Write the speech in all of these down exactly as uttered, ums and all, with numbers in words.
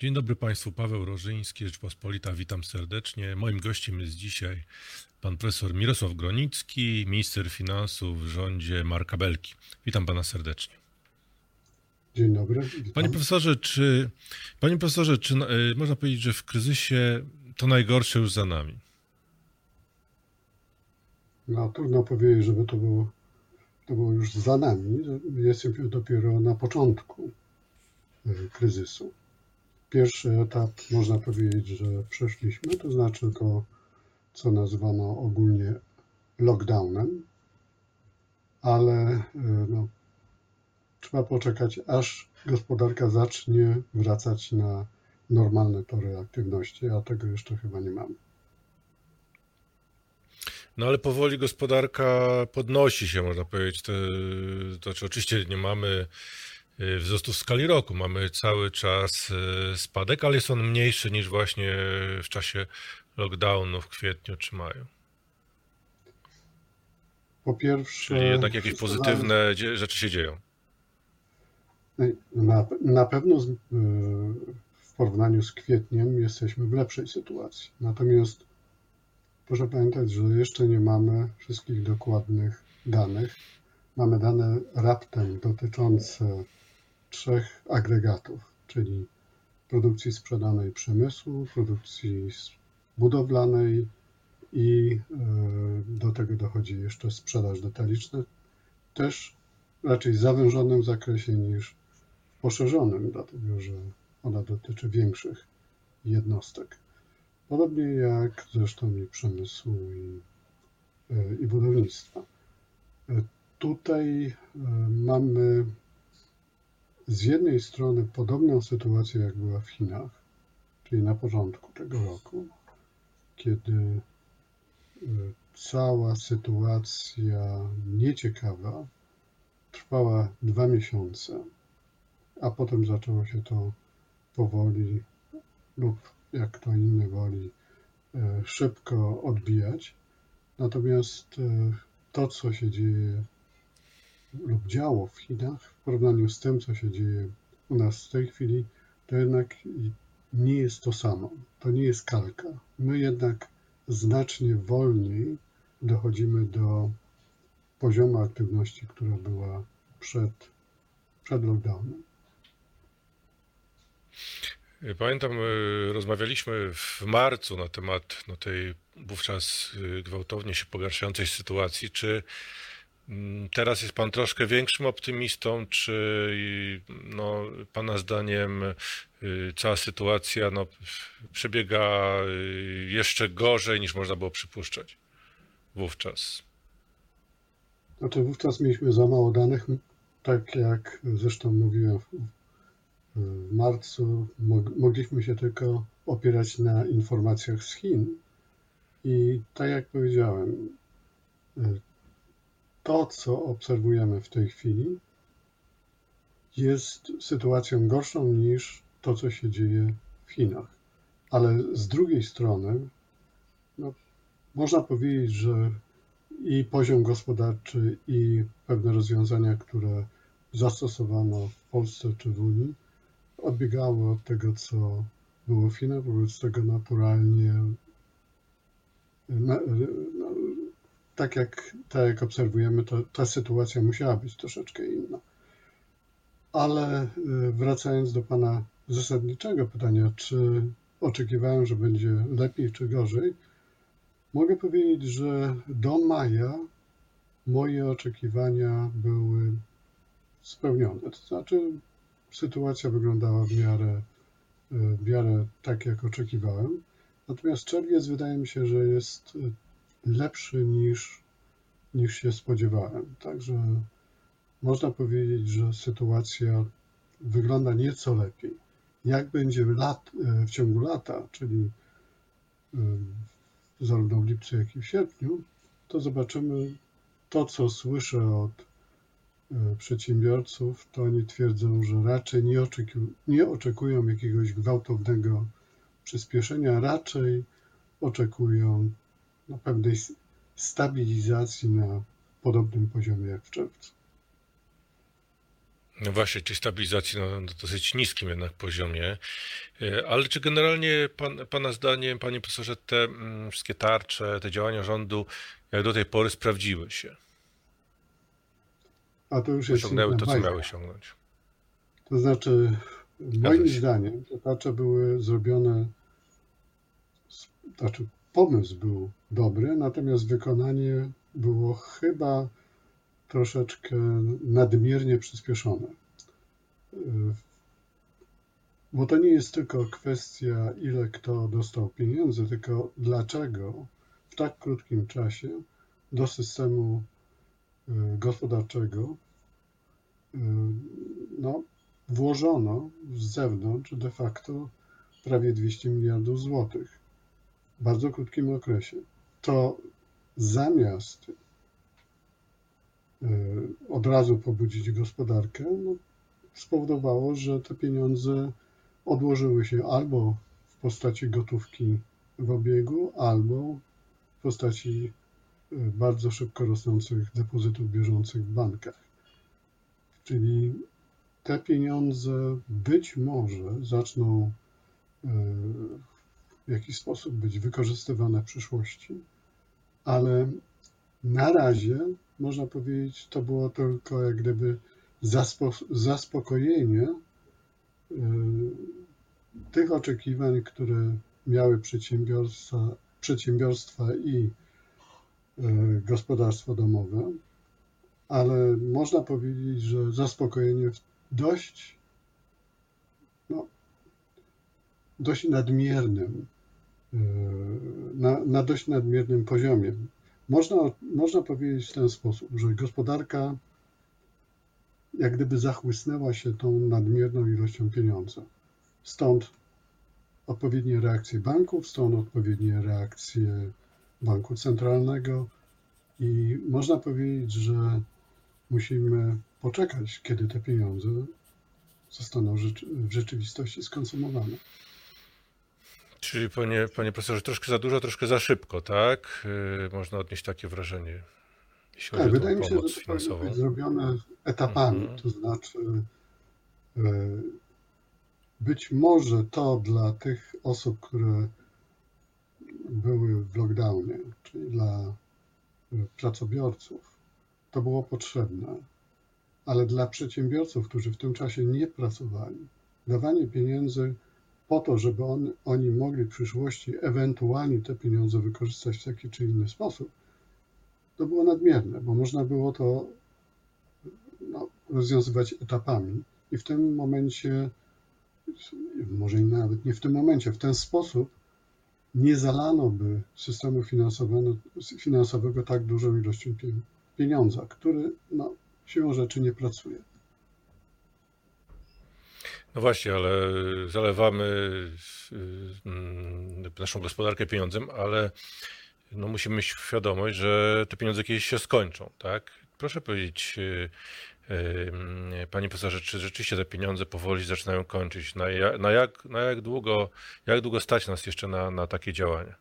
Dzień dobry Państwu, Paweł Rożyński, Rzeczpospolita, witam serdecznie. Moim gościem jest dzisiaj pan profesor Mirosław Gronicki, minister finansów w rządzie Marka Belki. Witam pana serdecznie. Dzień dobry. Witam. Panie profesorze, czy, panie profesorze, czy y, można powiedzieć, że w kryzysie to najgorsze już za nami? No, trudno powiedzieć, żeby to było, to było już za nami. Jesteśmy dopiero na początku kryzysu. Pierwszy etap, można powiedzieć, że przeszliśmy, to znaczy to, co nazywano ogólnie lockdownem, ale no, trzeba poczekać, aż gospodarka zacznie wracać na normalne tory aktywności, a tego jeszcze chyba nie mamy. No ale powoli gospodarka podnosi się, można powiedzieć. To, to znaczy, oczywiście nie mamy wzrostu w skali roku, mamy cały czas spadek, ale jest on mniejszy niż właśnie w czasie lockdownu w kwietniu czy maju. Po pierwsze... Czyli jednak jakieś pozytywne rzeczy się dzieją. Na, na pewno z, w porównaniu z kwietniem jesteśmy w lepszej sytuacji. Natomiast proszę pamiętać, że jeszcze nie mamy wszystkich dokładnych danych. Mamy dane raptem dotyczące trzech agregatów, czyli produkcji sprzedanej przemysłu, produkcji budowlanej i do tego dochodzi jeszcze sprzedaż detaliczna, też raczej w zawężonym zakresie niż w poszerzonym, dlatego że ona dotyczy większych jednostek. Podobnie jak zresztą i przemysłu i, i budownictwa. Tutaj mamy z jednej strony podobną sytuację, jak była w Chinach, czyli na początku tego roku, kiedy cała sytuacja nieciekawa trwała dwa miesiące, a potem zaczęło się to powoli lub jak kto inny woli szybko odbijać. Natomiast to, co się dzieje lub działo w Chinach w porównaniu z tym, co się dzieje u nas w tej chwili, to jednak nie jest to samo. To nie jest kalka. My jednak znacznie wolniej dochodzimy do poziomu aktywności, która była przed, przed lockdownem. Pamiętam, rozmawialiśmy w marcu na temat no, tej wówczas gwałtownie się pogarszającej sytuacji. Czy teraz jest pan troszkę większym optymistą, czy no, pana zdaniem cała sytuacja no, przebiega jeszcze gorzej niż można było przypuszczać wówczas? Znaczy wówczas mieliśmy za mało danych, tak jak zresztą mówiłem w marcu, mogliśmy się tylko opierać na informacjach z Chin i tak jak powiedziałem, to, co obserwujemy w tej chwili, jest sytuacją gorszą niż to, co się dzieje w Chinach. Ale z drugiej strony, no, można powiedzieć, że i poziom gospodarczy, i pewne rozwiązania, które zastosowano w Polsce czy w Unii, odbiegały od tego, co było w Chinach, wobec tego naturalnie na, no, Tak jak, tak jak obserwujemy, to ta sytuacja musiała być troszeczkę inna. Ale wracając do pana zasadniczego pytania, czy oczekiwałem, że będzie lepiej czy gorzej, mogę powiedzieć, że do maja moje oczekiwania były spełnione. To znaczy sytuacja wyglądała w miarę, w miarę tak, jak oczekiwałem. Natomiast czerwiec wydaje mi się, że jest lepszy niż, niż się spodziewałem. Także można powiedzieć, że sytuacja wygląda nieco lepiej. Jak będzie lat, w ciągu lata, czyli zarówno w lipcu, jak i w sierpniu, to zobaczymy to, co słyszę od przedsiębiorców, to oni twierdzą, że raczej nie, oczekują, nie oczekują jakiegoś gwałtownego przyspieszenia, raczej oczekują no, pewnej stabilizacji na podobnym poziomie jak w czerwcu. No właśnie, czyli stabilizacji na na dosyć niskim jednak poziomie. E, Ale czy generalnie pan, Pana zdaniem, Panie Profesorze, te mm, wszystkie tarcze, te działania rządu jak do tej pory sprawdziły się? A to już jest Osiągnęły inna to, co miały bajka. osiągnąć? To znaczy, Zgadza moim się. zdaniem, te tarcze były zrobione, znaczy pomysł był dobry, natomiast wykonanie było chyba troszeczkę nadmiernie przyspieszone. Bo to nie jest tylko kwestia, ile kto dostał pieniędzy, tylko dlaczego w tak krótkim czasie do systemu y, gospodarczego y, no, włożono z zewnątrz de facto prawie dwieście miliardów złotych w bardzo krótkim okresie. To zamiast y, od razu pobudzić gospodarkę, no, spowodowało, że te pieniądze odłożyły się albo w postaci gotówki w obiegu, albo w postaci y, bardzo szybko rosnących depozytów bieżących w bankach. Czyli te pieniądze być może zaczną y, w jakiś sposób być wykorzystywane w przyszłości, ale na razie można powiedzieć, to było tylko jak gdyby zaspo- zaspokojenie y, tych oczekiwań, które miały przedsiębiorstwa, przedsiębiorstwa i y, gospodarstwa domowe, ale można powiedzieć, że zaspokojenie w dość, no, dość nadmiernym, y, na, na dość nadmiernym poziomie. Można, można powiedzieć w ten sposób, że gospodarka jak gdyby zachłysnęła się tą nadmierną ilością pieniądza. Stąd odpowiednie reakcje banków, stąd odpowiednie reakcje banku centralnego i można powiedzieć, że musimy poczekać, kiedy te pieniądze zostaną w rzeczywistości skonsumowane. Czyli panie, panie profesorze, troszkę za dużo, troszkę za szybko, tak? Yy, Można odnieść takie wrażenie, jeśli chodzi Tak, o tą wydaje mi się, że pomoc to powinno być finansową. zrobione etapami, Mhm. to znaczy e, być może to dla tych osób, które były w lockdownie, czyli dla e, pracobiorców, to było potrzebne, ale dla przedsiębiorców, którzy w tym czasie nie pracowali, dawanie pieniędzy po to, żeby on, oni mogli w przyszłości ewentualnie te pieniądze wykorzystać w taki czy inny sposób, to było nadmierne, bo można było to no, rozwiązywać etapami i w tym momencie, może i nawet nie w tym momencie, w ten sposób nie zalano by systemu finansowego tak dużą ilością pieniądza, który no, siłą rzeczy nie pracuje. No właśnie, ale zalewamy mm, naszą gospodarkę pieniądzem, ale no musimy mieć świadomość, że te pieniądze kiedyś się skończą, tak? Proszę powiedzieć, yy, yy, panie profesorze, czy rzeczywiście te pieniądze powoli zaczynają kończyć? Na, ja, na, jak, na jak długo, jak długo stać nas jeszcze na, na takie działania?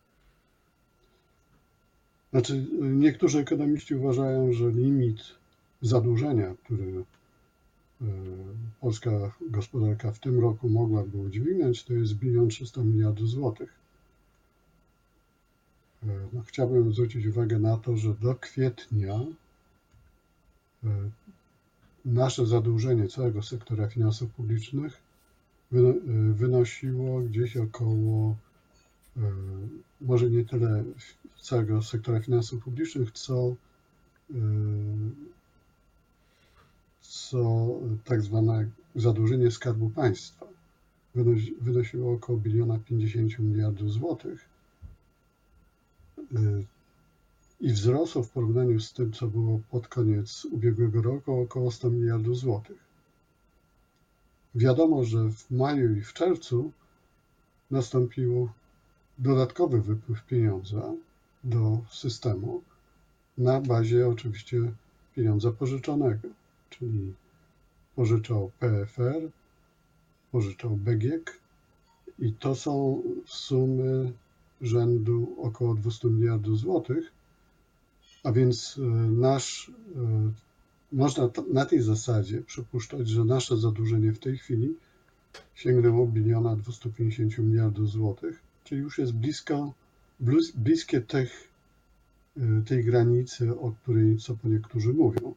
Znaczy, niektórzy ekonomiści uważają, że limit zadłużenia, który polska gospodarka w tym roku mogłaby udźwignąć, to jest bilion trzysta miliardów złotych. No, chciałbym zwrócić uwagę na to, że do kwietnia nasze zadłużenie całego sektora finansów publicznych wynosiło gdzieś około, może nie tyle całego sektora finansów publicznych, co, co tak zwane zadłużenie Skarbu Państwa. Wynosiło około biliona pięćdziesiąt miliardów złotych i wzrosło w porównaniu z tym, co było pod koniec ubiegłego roku, około sto miliardów złotych. Wiadomo, że w maju i w czerwcu nastąpił dodatkowy wypływ pieniądza do systemu na bazie oczywiście pieniądza pożyczonego, czyli pożyczał P F R, pożyczał B G K i to są sumy rzędu około dwieście miliardów złotych, a więc nasz można na tej zasadzie przypuszczać, że nasze zadłużenie w tej chwili sięgnęło biliona dwieście pięćdziesiąt miliardów złotych, czyli już jest blisko, bliskie tych, tej granicy, o której co po niektórzy mówią.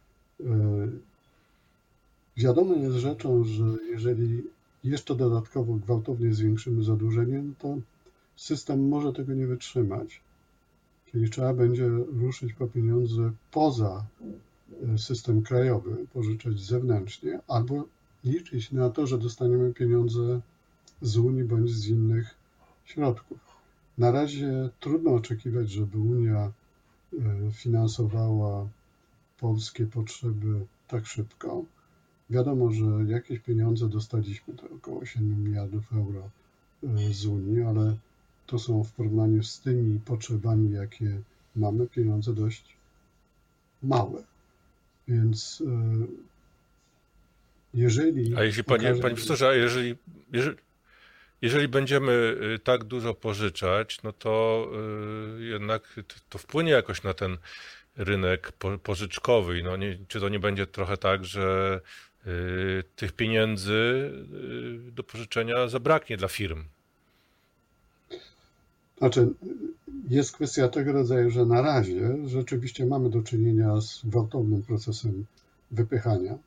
Wiadomo jest rzeczą, że jeżeli jeszcze dodatkowo gwałtownie zwiększymy zadłużenie, no to system może tego nie wytrzymać. Czyli trzeba będzie ruszyć po pieniądze poza system krajowy, pożyczać zewnętrznie, albo liczyć na to, że dostaniemy pieniądze z Unii bądź z innych środków. Na razie trudno oczekiwać, żeby Unia finansowała polskie potrzeby tak szybko. Wiadomo, że jakieś pieniądze dostaliśmy, to około siedem miliardów euro z Unii, ale to są w porównaniu z tymi potrzebami, jakie mamy, pieniądze dość małe. Więc jeżeli... A jeśli, panie, okaże... panie profesorze, a jeżeli, jeżeli, jeżeli będziemy tak dużo pożyczać, no to jednak to wpłynie jakoś na ten rynek pożyczkowy. No nie, czy to nie będzie trochę tak, że tych pieniędzy do pożyczenia zabraknie dla firm? Znaczy, jest kwestia tego rodzaju, że na razie rzeczywiście mamy do czynienia z gwałtownym procesem wypychania.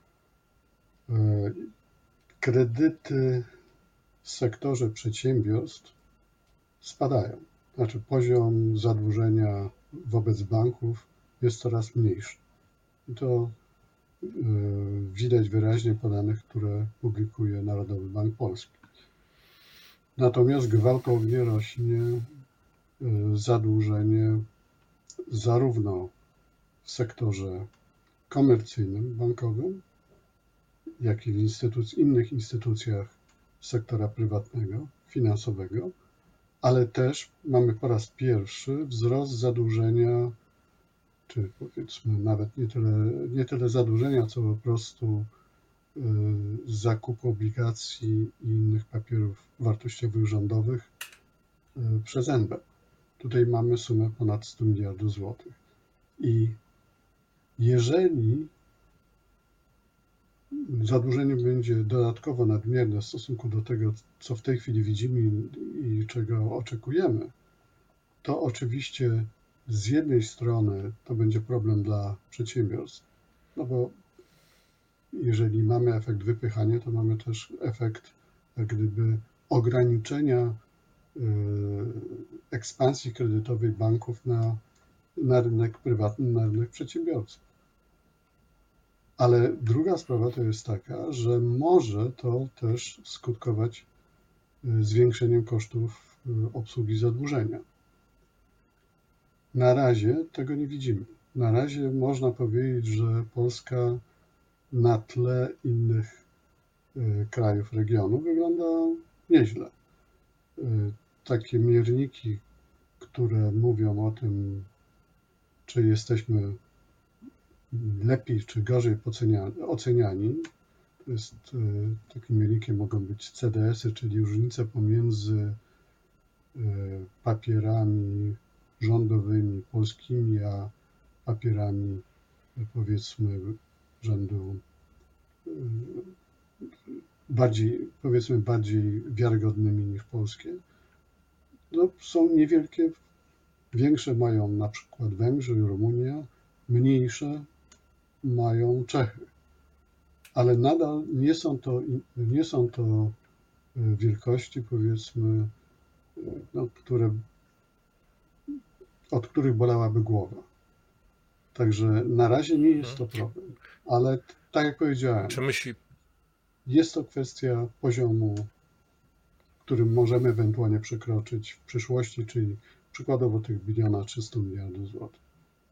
Kredyty w sektorze przedsiębiorstw spadają. Znaczy, poziom zadłużenia wobec banków jest coraz mniejszy. I to widać wyraźnie po danych, które publikuje Narodowy Bank Polski. Natomiast gwałtownie rośnie zadłużenie zarówno w sektorze komercyjnym, bankowym, jak i w instytuc- innych instytucjach sektora prywatnego, finansowego, ale też mamy po raz pierwszy wzrost zadłużenia, czy powiedzmy nawet nie tyle, nie tyle zadłużenia, co po prostu y, zakupu obligacji i innych papierów wartościowych rządowych y, przez N B E. Tutaj mamy sumę ponad sto miliardów złotych. I jeżeli zadłużenie będzie dodatkowo nadmierne w stosunku do tego, co w tej chwili widzimy i czego oczekujemy, to oczywiście z jednej strony to będzie problem dla przedsiębiorstw, no bo jeżeli mamy efekt wypychania, to mamy też efekt jak gdyby ograniczenia ekspansji kredytowej banków na, na rynek prywatny, na rynek przedsiębiorców. Ale druga sprawa to jest taka, że może to też skutkować zwiększeniem kosztów obsługi zadłużenia. Na razie tego nie widzimy. Na razie można powiedzieć, że Polska na tle innych krajów regionu wygląda nieźle. Takie mierniki, które mówią o tym, czy jesteśmy lepiej czy gorzej oceniani, to jest takim miernikiem mogą być C D S y, czyli różnice pomiędzy papierami rządowymi polskimi, a papierami powiedzmy rzędu bardziej, powiedzmy bardziej wiarygodnymi niż polskie. No, są niewielkie, większe mają na przykład Węgrzy, Rumunia, mniejsze mają Czechy. Ale nadal nie są to, nie są to wielkości, powiedzmy, no, które, od których bolałaby głowa. Także na razie nie jest to problem. Ale tak jak powiedziałem, Czy myśli... jest to kwestia poziomu, którym możemy ewentualnie przekroczyć w przyszłości, czyli przykładowo tych biliona trzysta miliardów złotych.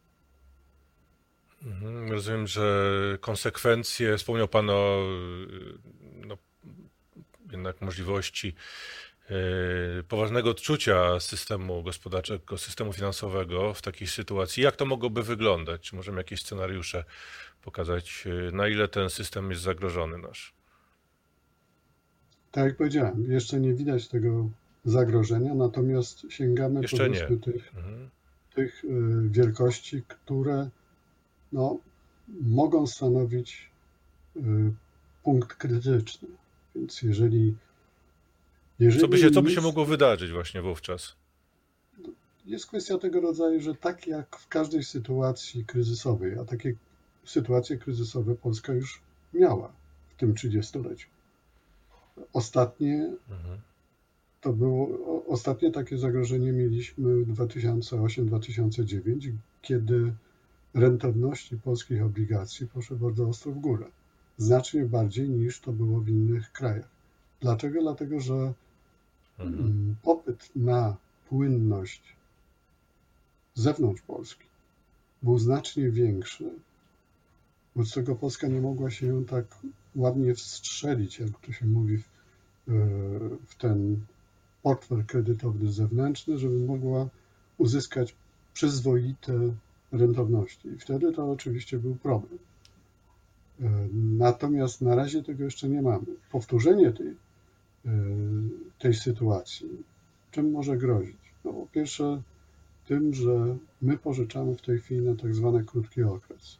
Rozumiem, że konsekwencje, wspomniał Pan o no, jednak możliwości poważnego odczucia systemu gospodarczego, systemu finansowego w takiej sytuacji. Jak to mogłoby wyglądać? Czy możemy jakieś scenariusze pokazać, na ile ten system jest zagrożony nasz? Tak jak powiedziałem, jeszcze nie widać tego zagrożenia, natomiast sięgamy Jeszcze powiedzmy nie. tych, Mhm. tych wielkości, które no, mogą stanowić punkt krytyczny. Więc jeżeli, jeżeli Co by się, co by nic, się mogło wydarzyć właśnie wówczas? jest kwestia tego rodzaju, że tak jak w każdej sytuacji kryzysowej, a takie sytuacje kryzysowe Polska już miała w tym trzydziestoleciu. Ostatnie Mhm. to było, ostatnie takie zagrożenie mieliśmy dwa tysiące osiem dwa tysiące dziewięć, kiedy rentowności polskich obligacji poszły bardzo ostro w górę. Znacznie bardziej niż to było w innych krajach. Dlaczego? Dlatego, że Mhm. popyt na płynność z zewnątrz Polski był znacznie większy, wobec tego Polska nie mogła się tak ładnie wstrzelić, jak to się mówi, w, w ten portfel kredytowy zewnętrzny, żeby mogła uzyskać przyzwoite rentowności. I wtedy to oczywiście był problem. Natomiast na razie tego jeszcze nie mamy. Powtórzenie tej, tej sytuacji czym może grozić? No, po pierwsze tym, że my pożyczamy w tej chwili na tak zwany krótki okres.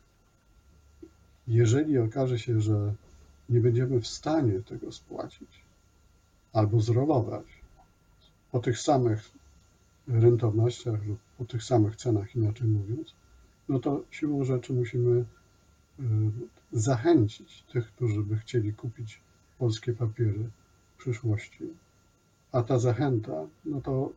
Jeżeli okaże się, że nie będziemy w stanie tego spłacić albo zrolować po tych samych rentownościach lub po tych samych cenach, inaczej mówiąc, no to siłą rzeczy musimy zachęcić tych, którzy by chcieli kupić polskie papiery w przyszłości. A ta zachęta, no to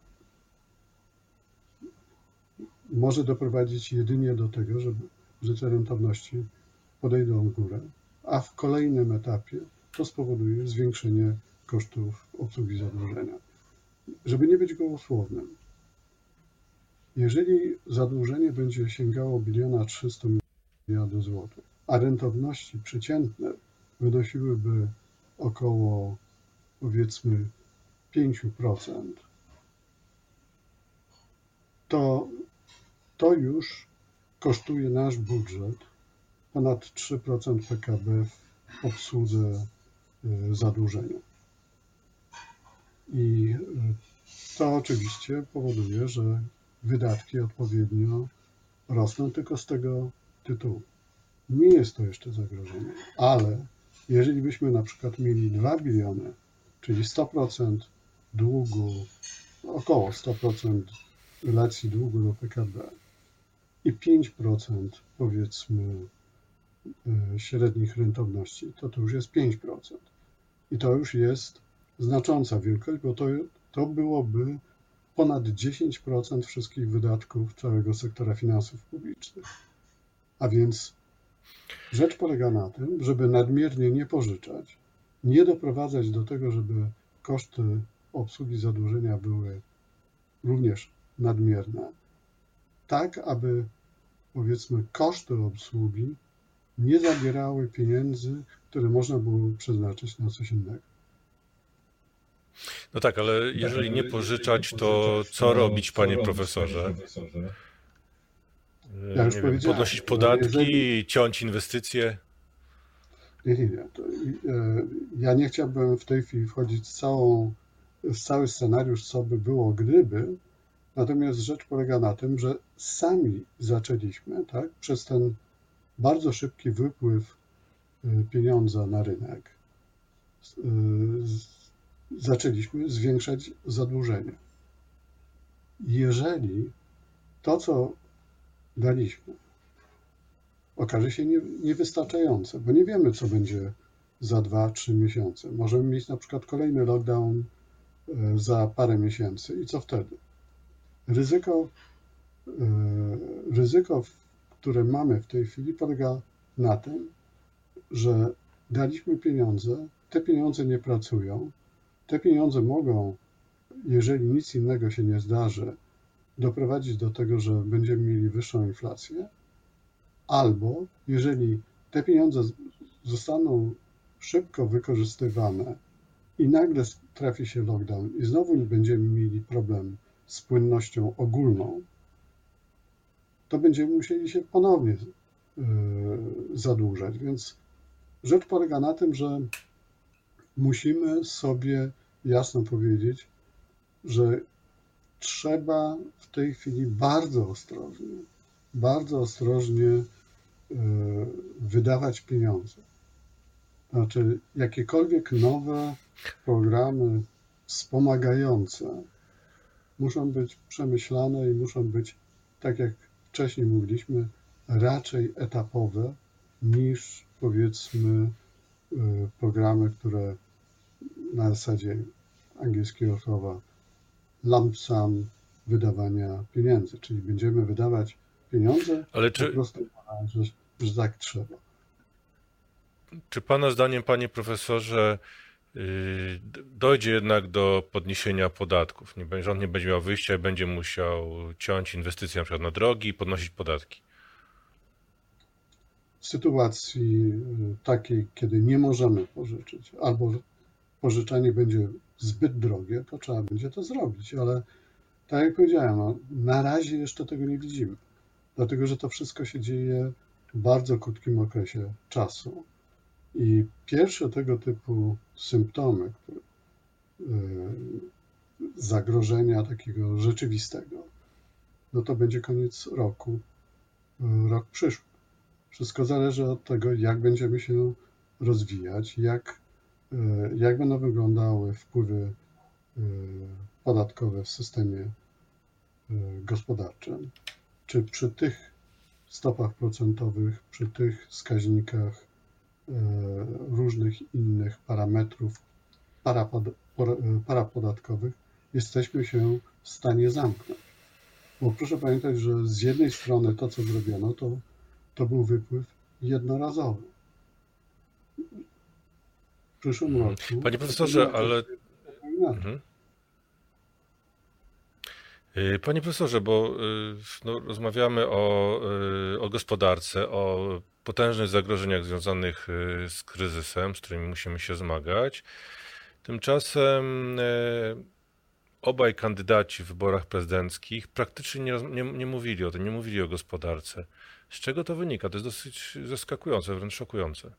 może doprowadzić jedynie do tego, żeby, że te rentowności podejdą w górę, a w kolejnym etapie to spowoduje zwiększenie kosztów obsługi zadłużenia. Żeby nie być gołosłownym, jeżeli zadłużenie będzie sięgało biliona trzysta miliardów złotych, a rentowności przeciętne wynosiłyby około, powiedzmy, pięć procent, to to już kosztuje nasz budżet ponad trzy procent P K B w obsłudze zadłużenia. I to oczywiście powoduje, że wydatki odpowiednio rosną tylko z tego tytułu. Nie jest to jeszcze zagrożenie, ale jeżeli byśmy na przykład mieli dwa biliony, czyli sto procent długu, około sto procent relacji długu do P K B i pięć procent powiedzmy średnich rentowności, to to już jest pięć procent. I to już jest znacząca wielkość, bo to, to byłoby ponad dziesięć procent wszystkich wydatków całego sektora finansów publicznych. A więc rzecz polega na tym, żeby nadmiernie nie pożyczać, nie doprowadzać do tego, żeby koszty obsługi zadłużenia były również nadmierne, tak aby, powiedzmy, koszty obsługi nie zabierały pieniędzy, które można było przeznaczyć na coś innego. No tak, ale jeżeli nie pożyczać, to co robić, panie profesorze? Ja już Nie wiem, powiedziałem, podnosić podatki, jeżeli... ciąć inwestycje? Nie, nie, nie. To, ja nie chciałbym w tej chwili wchodzić w, całą, w cały scenariusz, co by było gdyby, natomiast rzecz polega na tym, że sami zaczęliśmy, tak, przez ten bardzo szybki wypływ pieniądza na rynek, zaczęliśmy zwiększać zadłużenie. Jeżeli to, co daliśmy, okaże się nie, niewystarczające, bo nie wiemy, co będzie za dwa, trzy miesiące. Możemy mieć na przykład kolejny lockdown za parę miesięcy i co wtedy? Ryzyko, ryzyko, które mamy w tej chwili, polega na tym, że daliśmy pieniądze, te pieniądze nie pracują, te pieniądze mogą, jeżeli nic innego się nie zdarzy, doprowadzić do tego, że będziemy mieli wyższą inflację, albo jeżeli te pieniądze zostaną szybko wykorzystywane i nagle trafi się lockdown i znowu będziemy mieli problem z płynnością ogólną, to będziemy musieli się ponownie zadłużać. Więc rzecz polega na tym, że musimy sobie jasno powiedzieć, że trzeba w tej chwili bardzo ostrożnie, bardzo ostrożnie wydawać pieniądze. Znaczy, jakiekolwiek nowe programy wspomagające muszą być przemyślane i muszą być, tak jak wcześniej mówiliśmy, raczej etapowe niż, powiedzmy, programy, które na zasadzie angielskiego słowa lump sum wydawania pieniędzy, czyli będziemy wydawać pieniądze Ale po czy, prostu, że, że tak trzeba. czy Pana zdaniem, Panie Profesorze, yy, dojdzie jednak do podniesienia podatków? Nie, będzie- rząd nie będzie miał wyjścia i będzie musiał ciąć inwestycje na przykład na drogi i podnosić podatki. W sytuacji y, takiej, kiedy nie możemy pożyczyć, albo pożyczanie będzie zbyt drogie, to trzeba będzie to zrobić, ale tak jak powiedziałem, no, na razie jeszcze tego nie widzimy, dlatego że to wszystko się dzieje w bardzo krótkim okresie czasu. I pierwsze tego typu symptomy, które, y, zagrożenia takiego rzeczywistego, no to będzie koniec roku, y, rok przyszły. Wszystko zależy od tego, jak będziemy się rozwijać, jak, y, jak będą wyglądały wpływy y, podatkowe w systemie y, gospodarczym. Czy przy tych stopach procentowych, przy tych wskaźnikach y, różnych innych parametrów parapod- por- parapodatkowych jesteśmy się w stanie zamknąć. Bo proszę pamiętać, że z jednej strony to, co zrobiono, to, to był wypływ jednorazowy. W przyszłym Mhm. roku... Panie profesorze, ale... Mhm. Y, Panie profesorze, bo y, no, rozmawiamy o, y, o gospodarce, o potężnych zagrożeniach związanych y, z kryzysem, z którymi musimy się zmagać. Tymczasem y, obaj kandydaci w wyborach prezydenckich praktycznie nie, roz- nie, nie mówili o tym, nie mówili o gospodarce. Z czego to wynika? To jest dosyć zaskakujące, wręcz szokujące.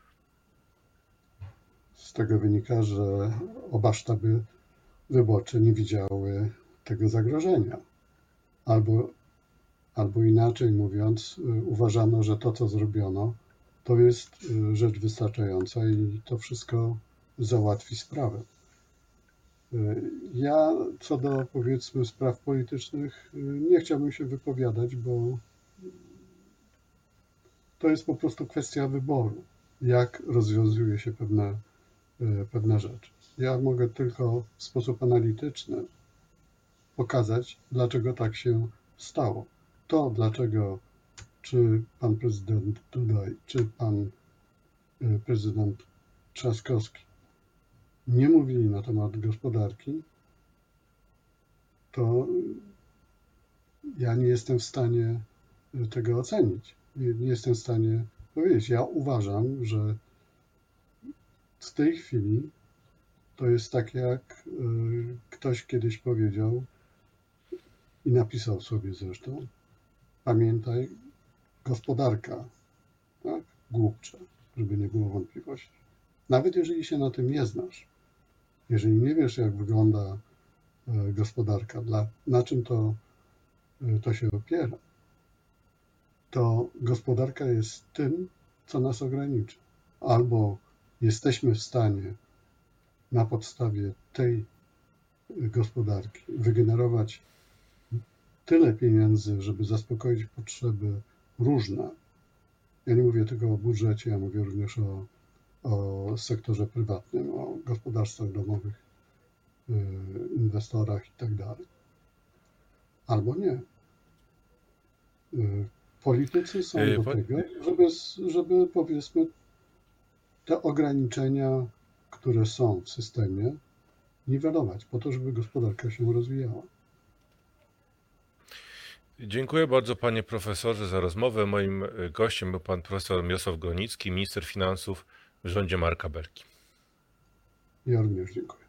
Z tego wynika, że oba sztaby wyborcze nie widziały tego zagrożenia. Albo, albo inaczej mówiąc, y, uważano, że to, co zrobiono, to jest y, rzecz wystarczająca i to wszystko załatwi sprawę. Y, Ja co do, powiedzmy, spraw politycznych y, nie chciałbym się wypowiadać, bo to jest po prostu kwestia wyboru, jak rozwiązuje się pewne, y, pewne rzeczy. Ja mogę tylko w sposób analityczny pokazać, dlaczego tak się stało. To, dlaczego czy pan prezydent Dudaj, czy pan y, prezydent Trzaskowski nie mówili na temat gospodarki, to ja nie jestem w stanie tego ocenić. Nie, nie jestem w stanie powiedzieć. Ja uważam, że w tej chwili to jest tak, jak y, ktoś kiedyś powiedział i napisał sobie zresztą, pamiętaj, gospodarka, tak, głupcze, żeby nie było wątpliwości. Nawet jeżeli się na tym nie znasz, jeżeli nie wiesz, jak wygląda y, gospodarka, dla, na czym to, y, to się opiera, to gospodarka jest tym, co nas ograniczy. Albo jesteśmy w stanie na podstawie tej gospodarki wygenerować tyle pieniędzy, żeby zaspokoić potrzeby różne. Ja nie mówię tylko o budżecie, ja mówię również o, o sektorze prywatnym, o gospodarstwach domowych, inwestorach i tak dalej. Albo nie. Politycy są Y, do pa- tego, żeby, żeby powiedzmy te ograniczenia, które są w systemie, niwelować, po to, żeby gospodarka się rozwijała. Dziękuję bardzo panie profesorze za rozmowę. Moim y, gościem był pan profesor Mirosław Gronicki, minister finansów w rządzie Marka Belki. Ja również dziękuję.